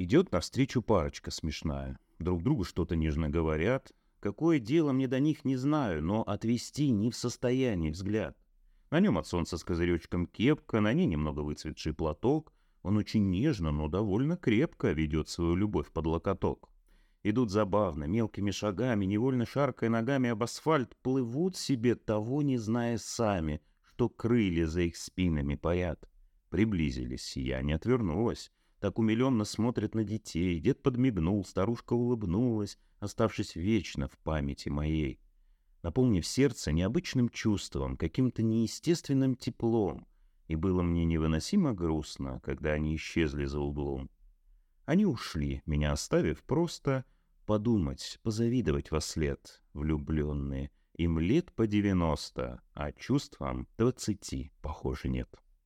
Идет навстречу парочка смешная. Друг другу что-то нежно говорят. Какое дело мне до них, не знаю, но отвести не в состоянии взгляд. На нем от солнца с козыречком кепка, на ней немного выцветший платок. Он очень нежно, но довольно крепко ведет свою любовь под локоток. Идут забавно, мелкими шагами, невольно шаркая ногами об асфальт, плывут себе, того не зная сами, что крылья за их спинами парят. Приблизились, я не отвернулась. Так умиленно смотрят на детей. Дед подмигнул, старушка улыбнулась, оставшись вечно в памяти моей. Наполнив сердце необычным чувством, каким-то неестественным теплом. И было мне невыносимо грустно, когда они исчезли за углом. Они ушли, меня оставив просто подумать, позавидовать вослед, влюбленные. Им лет по 90, а чувствам 20, похоже, нет.